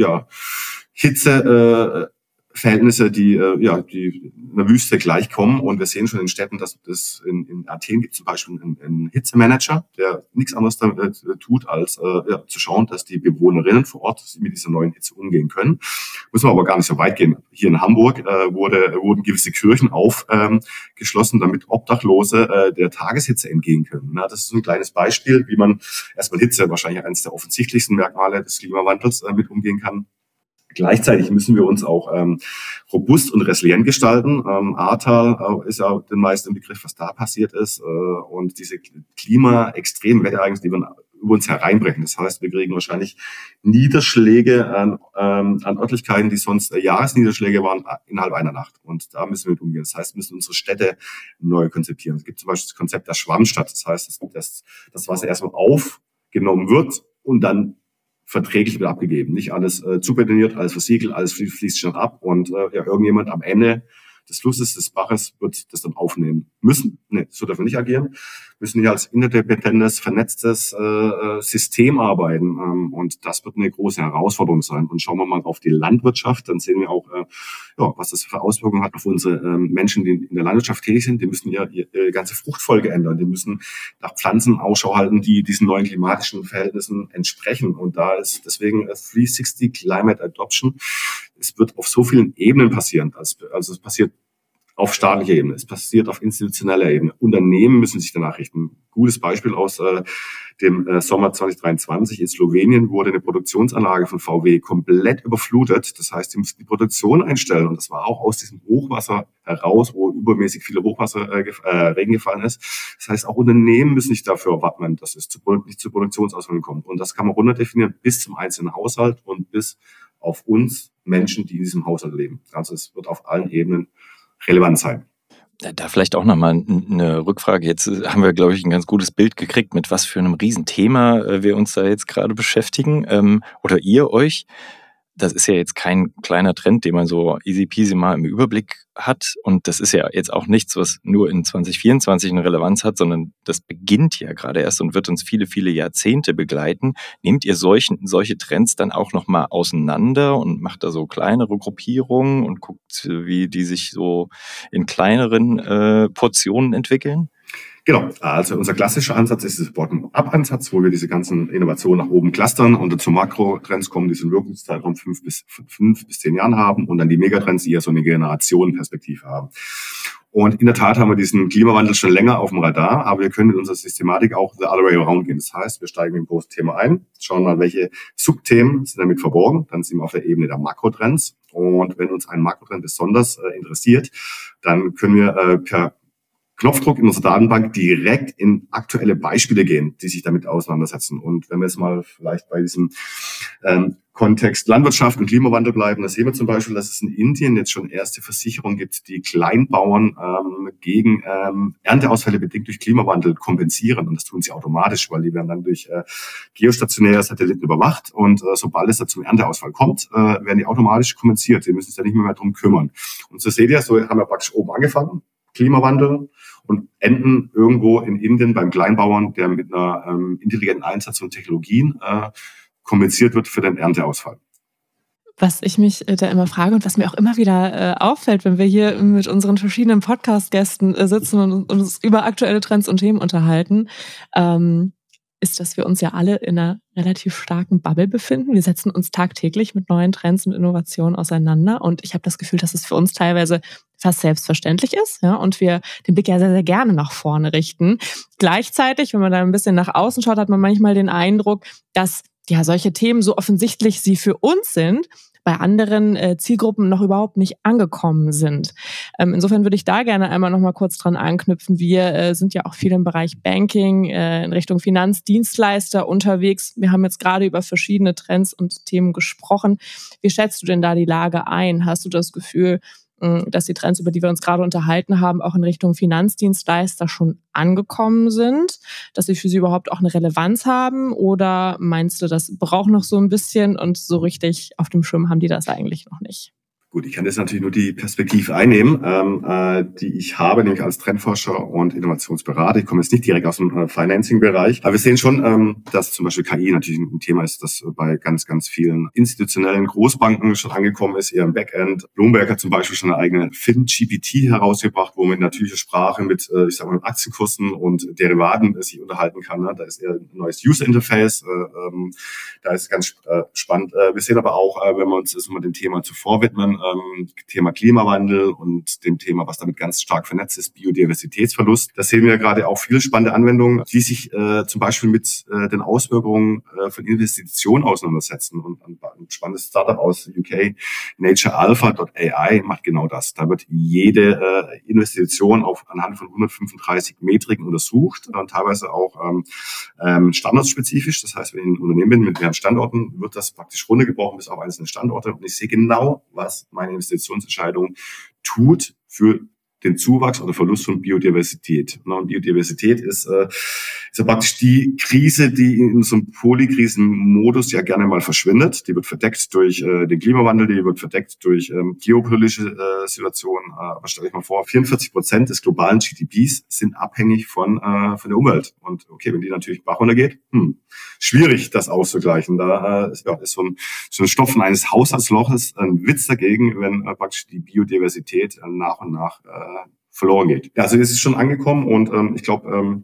Hitzeverhältnisse, die einer Wüste gleichkommen. Und wir sehen schon in Städten, dass das in Athen gibt zum Beispiel einen Hitzemanager, der nichts anderes damit tut, als zu schauen, dass die Bewohnerinnen vor Ort mit dieser neuen Hitze umgehen können. Müssen wir aber gar nicht so weit gehen. Hier in Hamburg wurden gewisse Kirchen aufgeschlossen, damit Obdachlose der Tageshitze entgehen können. Na, das ist so ein kleines Beispiel, wie man erstmal Hitze, wahrscheinlich eines der offensichtlichsten Merkmale des Klimawandels, mit umgehen kann. Gleichzeitig müssen wir uns auch robust und resilient gestalten. Ahrtal ist ja den meisten im Begriff, was da passiert ist. Und diese extremen Wetterereignisse, die wir über uns hereinbrechen. Das heißt, wir kriegen wahrscheinlich Niederschläge an Örtlichkeiten, die sonst Jahresniederschläge waren, innerhalb einer Nacht. Und da müssen wir mit umgehen. Das heißt, wir müssen unsere Städte neu konzipieren. Es gibt zum Beispiel das Konzept der Schwammstadt. Das heißt, dass das Wasser erstmal aufgenommen wird und dann verträglich wieder abgegeben. Nicht alles zubetoniert, alles versiegelt, alles fließt schon ab und irgendjemand am Ende des Flusses, des Baches wird das dann aufnehmen müssen. Nee, so dürfen wir nicht agieren. Wir müssen hier als interdependentes, vernetztes System arbeiten und das wird eine große Herausforderung sein. Und schauen wir mal auf die Landwirtschaft, dann sehen wir auch, was das für Auswirkungen hat auf unsere Menschen, die in der Landwirtschaft tätig sind. Die müssen ja ihre ganze Fruchtfolge ändern. Die müssen nach Pflanzen Ausschau halten, die diesen neuen klimatischen Verhältnissen entsprechen. Und da ist deswegen 360 Climate Adoption. Es wird auf so vielen Ebenen passieren. Also es passiert auf staatlicher Ebene, es passiert auf institutioneller Ebene. Unternehmen müssen sich danach richten. Gutes Beispiel aus dem Sommer 2023 in Slowenien wurde eine Produktionsanlage von VW komplett überflutet. Das heißt, die mussten die Produktion einstellen. Und das war auch aus diesem Hochwasser heraus, wo übermäßig viele Regen gefallen ist. Das heißt, auch Unternehmen müssen sich dafür wappnen, dass es nicht zu Produktionsausfällen kommt. Und das kann man runterdefinieren bis zum einzelnen Haushalt und bis auf uns Menschen, die in diesem Haushalt leben. Also es wird auf allen Ebenen relevant sein. Da vielleicht auch nochmal eine Rückfrage. Jetzt haben wir, glaube ich, ein ganz gutes Bild gekriegt, mit was für einem Riesenthema wir uns da jetzt gerade beschäftigen. Oder ihr euch. Das ist ja jetzt kein kleiner Trend, den man so easy peasy mal im Überblick hat. Und das ist ja jetzt auch nichts, was nur in 2024 eine Relevanz hat, sondern das beginnt ja gerade erst und wird uns viele, viele Jahrzehnte begleiten. Nehmt ihr solche Trends dann auch nochmal auseinander und macht da so kleinere Gruppierungen und guckt, wie die sich so in kleineren Portionen entwickeln? Genau, also unser klassischer Ansatz ist das Bottom-up-Ansatz, wo wir diese ganzen Innovationen nach oben clustern und zu Makrotrends kommen, die so einen Wirkungszeitraum 5 bis 10 Jahren haben und dann die Megatrends, die ja so eine Generationenperspektive haben. Und in der Tat haben wir diesen Klimawandel schon länger auf dem Radar, aber wir können in unserer Systematik auch the other way around gehen. Das heißt, wir steigen in ein großes Thema ein, schauen mal, welche Subthemen sind damit verborgen, dann sind wir auf der Ebene der Makrotrends und wenn uns ein Makrotrend besonders interessiert, dann können wir per Knopfdruck in unserer Datenbank direkt in aktuelle Beispiele gehen, die sich damit auseinandersetzen. Und wenn wir jetzt mal vielleicht bei diesem Kontext Landwirtschaft und Klimawandel bleiben, da sehen wir zum Beispiel, dass es in Indien jetzt schon erste Versicherungen gibt, die Kleinbauern gegen Ernteausfälle bedingt durch Klimawandel kompensieren. Und das tun sie automatisch, weil die werden dann durch geostationäre Satelliten überwacht. Und sobald es da zum Ernteausfall kommt, werden die automatisch kompensiert. Sie müssen sich da nicht mehr drum kümmern. Und so seht ihr, so haben wir praktisch oben angefangen. Klimawandel und enden irgendwo in Indien beim Kleinbauern, der mit einer intelligenten Einsatz von Technologien kompensiert wird für den Ernteausfall. Was ich mich da immer frage und was mir auch immer wieder auffällt, wenn wir hier mit unseren verschiedenen Podcast-Gästen sitzen und uns über aktuelle Trends und Themen unterhalten, ist, dass wir uns ja alle in einer relativ starken Bubble befinden. Wir setzen uns tagtäglich mit neuen Trends und Innovationen auseinander und ich habe das Gefühl, dass es für uns teilweise fast selbstverständlich ist, ja, und wir den Blick ja sehr, sehr gerne nach vorne richten. Gleichzeitig, wenn man da ein bisschen nach außen schaut, hat man manchmal den Eindruck, dass ja solche Themen, so offensichtlich sie für uns sind, bei anderen Zielgruppen noch überhaupt nicht angekommen sind. Insofern würde ich da gerne einmal noch mal kurz dran anknüpfen. Wir sind ja auch viel im Bereich Banking, in Richtung Finanzdienstleister unterwegs. Wir haben jetzt gerade über verschiedene Trends und Themen gesprochen. Wie schätzt du denn da die Lage ein? Hast du das Gefühl, dass die Trends, über die wir uns gerade unterhalten haben, auch in Richtung Finanzdienstleister schon angekommen sind, dass sie für sie überhaupt auch eine Relevanz haben? Oder meinst du, das braucht noch so ein bisschen und so richtig auf dem Schirm haben die das eigentlich noch nicht? Gut, ich kann jetzt natürlich nur die Perspektive einnehmen, die ich habe, nämlich als Trendforscher und Innovationsberater. Ich komme jetzt nicht direkt aus dem Financing-Bereich, aber wir sehen schon, dass zum Beispiel KI natürlich ein Thema ist, das bei ganz, ganz vielen institutionellen Großbanken schon angekommen ist, eher im Backend. Bloomberg hat zum Beispiel schon eine eigene FinGPT herausgebracht, wo man natürliche Sprache mit, mit Aktienkursen und Derivaten sich unterhalten kann. Ne? Da ist eher ein neues User-Interface. Da ist ganz spannend. Wir sehen aber auch, wenn wir uns das mal dem Thema zuvor widmen, Thema Klimawandel und dem Thema, was damit ganz stark vernetzt ist, Biodiversitätsverlust. Da sehen wir gerade auch viele spannende Anwendungen, die sich zum Beispiel mit den Auswirkungen von Investitionen auseinandersetzen. Und ein spannendes Startup aus UK, NatureAlpha.ai, macht genau das. Da wird jede Investition anhand von 135 Metriken untersucht, teilweise auch standortspezifisch. Das heißt, wenn ich ein Unternehmen bin mit mehreren Standorten, wird das praktisch runtergebrochen bis auf einzelne Standorte. Und ich sehe genau, was meine Investitionsentscheidung tut für den Zuwachs oder Verlust von Biodiversität. Und Biodiversität ist ja praktisch die Krise, die in so einem Polykrisenmodus ja gerne mal verschwindet. Die wird verdeckt durch den Klimawandel, die wird verdeckt durch geopolitische Situationen. Aber stell euch mal vor, 44% des globalen GDPs sind abhängig von der Umwelt. Und okay, wenn die natürlich Bach runtergeht, schwierig, das auszugleichen. Da ist so ein Stopfen eines Haushaltsloches ein Witz dagegen, wenn praktisch die Biodiversität nach und nach verloren geht. Ja, also es ist schon angekommen und ich glaube,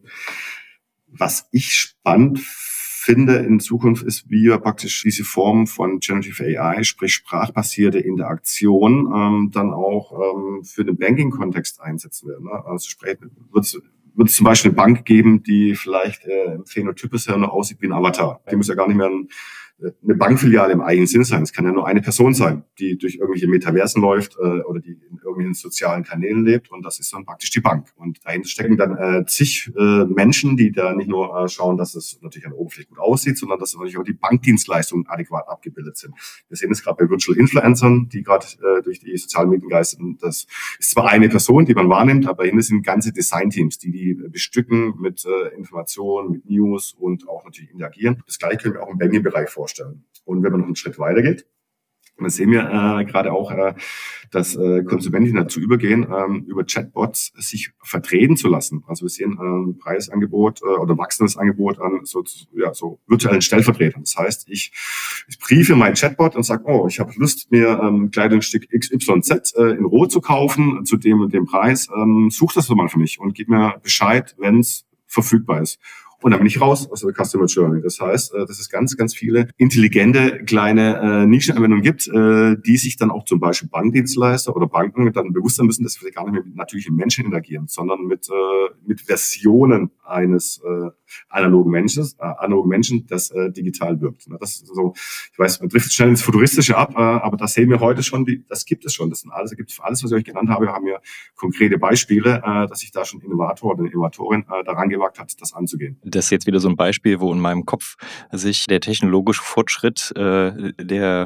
was ich spannend finde in Zukunft ist, wie wir praktisch diese Form von Generative AI, sprich sprachbasierte Interaktion, dann auch für den Banking-Kontext einsetzen werden. Ne? Also wird es zum Beispiel eine Bank geben, die vielleicht im Phänotyp bisher nur aussieht wie ein Avatar. Die muss ja gar nicht mehr eine Bankfiliale im eigenen Sinne sein. Es kann ja nur eine Person sein, die durch irgendwelche Metaversen läuft oder die in irgendwelchen sozialen Kanälen lebt und das ist dann praktisch die Bank. Und dahinter stecken dann zig Menschen, die da nicht nur schauen, dass es natürlich an der Oberfläche gut aussieht, sondern dass natürlich auch die Bankdienstleistungen adäquat abgebildet sind. Wir sehen es gerade bei Virtual Influencern, die gerade durch die sozialen Medien geistern. Das ist zwar eine Person, die man wahrnimmt, aber dahinter sind ganze Designteams, die bestücken mit Informationen, mit News und auch natürlich interagieren. Das Gleiche können wir auch im Banking-Bereich vorstellen. Und wenn man noch einen Schritt weiter geht, dann sehen wir gerade auch, dass Konsumenten dazu übergehen, über Chatbots sich vertreten zu lassen. Also wir sehen ein Preisangebot oder wachsendes Angebot an so virtuellen Stellvertretern. Das heißt, ich briefe mein Chatbot und sage, ich habe Lust, mir Kleidungsstück XYZ in Rot zu kaufen, zu dem und dem Preis. Such das doch mal für mich und gib mir Bescheid, wenn es verfügbar ist. Und dann bin ich raus aus der Customer Journey. Das heißt, dass es ganz, ganz viele intelligente kleine Nischenanwendungen gibt, die sich dann auch zum Beispiel Bankdienstleister oder Banken dann bewusst sein müssen, dass wir gar nicht mehr mit natürlichen Menschen interagieren, sondern mit Versionen eines analogen Menschen, das digital wirkt. Das ist so, ich weiß, man trifft schnell ins Futuristische ab, aber das sehen wir heute schon, das gibt es schon. Das sind alles, für alles, was ich euch genannt habe, haben wir konkrete Beispiele, dass sich da schon Innovator oder eine Innovatorin daran gewagt hat, das anzugehen. Das ist jetzt wieder so ein Beispiel, wo in meinem Kopf sich der technologische Fortschritt der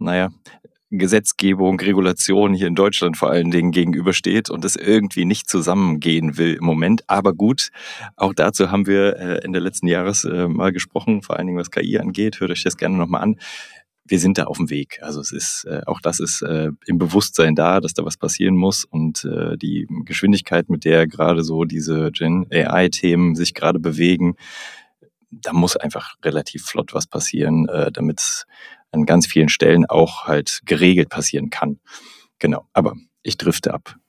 Gesetzgebung, Regulation hier in Deutschland vor allen Dingen gegenübersteht und es irgendwie nicht zusammengehen will im Moment. Aber gut, auch dazu haben wir Ende letzten Jahres mal gesprochen, vor allen Dingen was KI angeht. Hört euch das gerne nochmal an. Wir sind da auf dem Weg. Also es ist auch das ist im Bewusstsein da, dass da was passieren muss und die Geschwindigkeit, mit der gerade so diese Gen-AI-Themen sich gerade bewegen, da muss einfach relativ flott was passieren, damit es an ganz vielen Stellen auch halt geregelt passieren kann. Genau, aber ich drifte ab.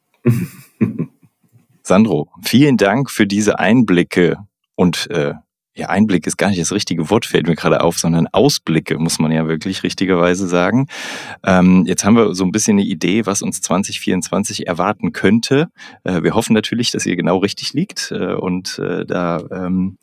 Sandro, vielen Dank für diese Einblicke und Einblick ist gar nicht das richtige Wort, fällt mir gerade auf, sondern Ausblicke, muss man ja wirklich richtigerweise sagen. Jetzt haben wir so ein bisschen eine Idee, was uns 2024 erwarten könnte. Wir hoffen natürlich, dass ihr genau richtig liegt und da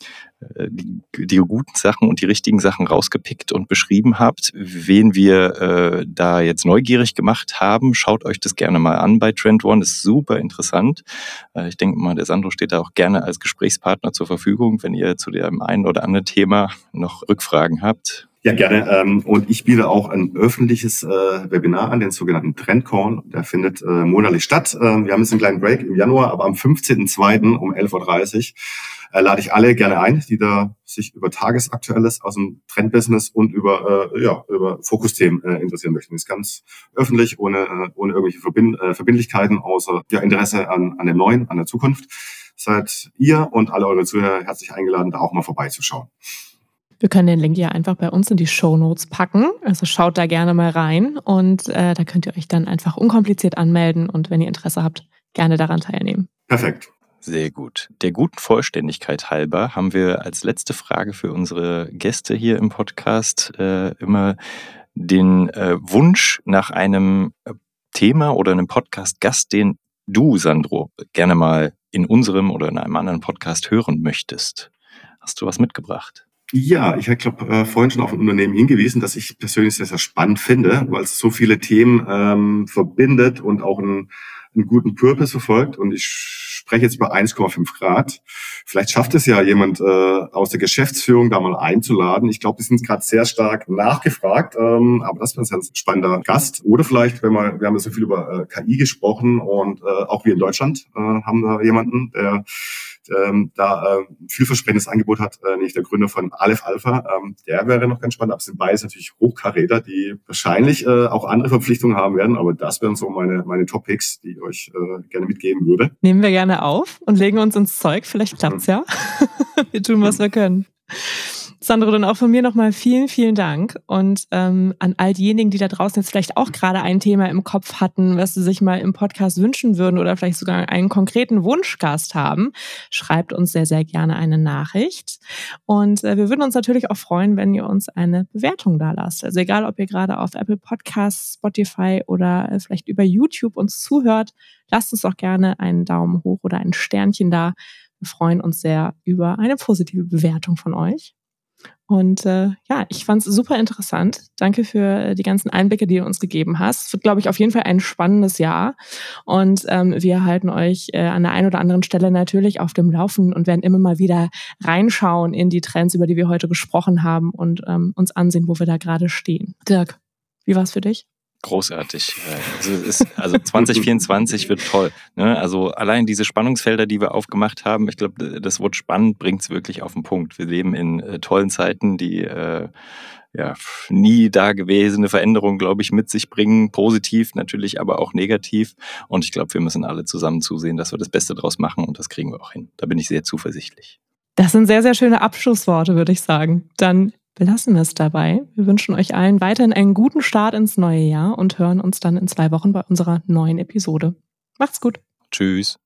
die guten Sachen und die richtigen Sachen rausgepickt und beschrieben habt. Wen wir da jetzt neugierig gemacht haben, schaut euch das gerne mal an bei Trend One. Das ist super interessant. Ich denke mal, der Sandro steht da auch gerne als Gesprächspartner zur Verfügung, wenn ihr zu dem einen oder anderen Thema noch Rückfragen habt. Ja, gerne. Und ich biete auch ein öffentliches Webinar an, den sogenannten Trendcall. Der findet monatlich statt. Wir haben jetzt einen kleinen Break im Januar, aber am 15.02. um 11.30 Uhr lade ich alle gerne ein, die da sich über Tagesaktuelles aus dem Trendbusiness und über Fokusthemen interessieren möchten. Das ist ganz öffentlich, ohne irgendwelche Verbindlichkeiten, außer Interesse an dem Neuen, an der Zukunft. Seid ihr und alle eure Zuhörer herzlich eingeladen, da auch mal vorbeizuschauen. Wir können den Link ja einfach bei uns in die Shownotes packen. Also schaut da gerne mal rein und da könnt ihr euch dann einfach unkompliziert anmelden und wenn ihr Interesse habt, gerne daran teilnehmen. Perfekt. Sehr gut. Der guten Vollständigkeit halber haben wir als letzte Frage für unsere Gäste hier im Podcast immer den Wunsch nach einem Thema oder einem Podcast-Gast, den du, Sandro, gerne mal in unserem oder in einem anderen Podcast hören möchtest. Hast du was mitgebracht? Ja, ich habe vorhin schon auf ein Unternehmen hingewiesen, das ich persönlich sehr, sehr spannend finde, weil es so viele Themen verbindet und auch einen guten Purpose verfolgt. Und ich spreche jetzt über 1,5 Grad. Vielleicht schafft es ja jemand aus der Geschäftsführung da mal einzuladen. Ich glaube, die sind gerade sehr stark nachgefragt, aber das wäre ein sehr spannender Gast. Oder vielleicht, wir haben ja so viel über KI gesprochen und auch wir in Deutschland haben da jemanden, der vielversprechendes Angebot hat, nämlich der Gründer von Aleph Alpha. Der wäre noch ganz spannend. Aber es sind beides natürlich Hochkaräter, die wahrscheinlich auch andere Verpflichtungen haben werden. Aber das wären so meine Top-Picks, die ich euch gerne mitgeben würde. Nehmen wir gerne auf und legen uns ins Zeug. Vielleicht klappt's ja. Wir tun, was wir können. Sandro, dann auch von mir nochmal vielen, vielen Dank und an all diejenigen, die da draußen jetzt vielleicht auch gerade ein Thema im Kopf hatten, was sie sich mal im Podcast wünschen würden oder vielleicht sogar einen konkreten Wunschgast haben, schreibt uns sehr, sehr gerne eine Nachricht und wir würden uns natürlich auch freuen, wenn ihr uns eine Bewertung da lasst. Also egal, ob ihr gerade auf Apple Podcasts, Spotify oder vielleicht über YouTube uns zuhört, lasst uns auch gerne einen Daumen hoch oder ein Sternchen da. Wir freuen uns sehr über eine positive Bewertung von euch. Und ich fand es super interessant. Danke für die ganzen Einblicke, die du uns gegeben hast. Es wird, glaube ich, auf jeden Fall ein spannendes Jahr. Und wir halten euch an der einen oder anderen Stelle natürlich auf dem Laufenden und werden immer mal wieder reinschauen in die Trends, über die wir heute gesprochen haben und uns ansehen, wo wir da gerade stehen. Dirk, wie war es für dich? Großartig. Also 2024 wird toll. Ne? Also allein diese Spannungsfelder, die wir aufgemacht haben, ich glaube, das Wort spannend bringt es wirklich auf den Punkt. Wir leben in tollen Zeiten, die nie dagewesene Veränderungen, glaube ich, mit sich bringen. Positiv natürlich, aber auch negativ. Und ich glaube, wir müssen alle zusammen zusehen, dass wir das Beste draus machen und das kriegen wir auch hin. Da bin ich sehr zuversichtlich. Das sind sehr, sehr schöne Abschlussworte, würde ich sagen. Dann belassen wir es dabei. Wir wünschen euch allen weiterhin einen guten Start ins neue Jahr und hören uns dann in 2 Wochen bei unserer neuen Episode. Macht's gut. Tschüss.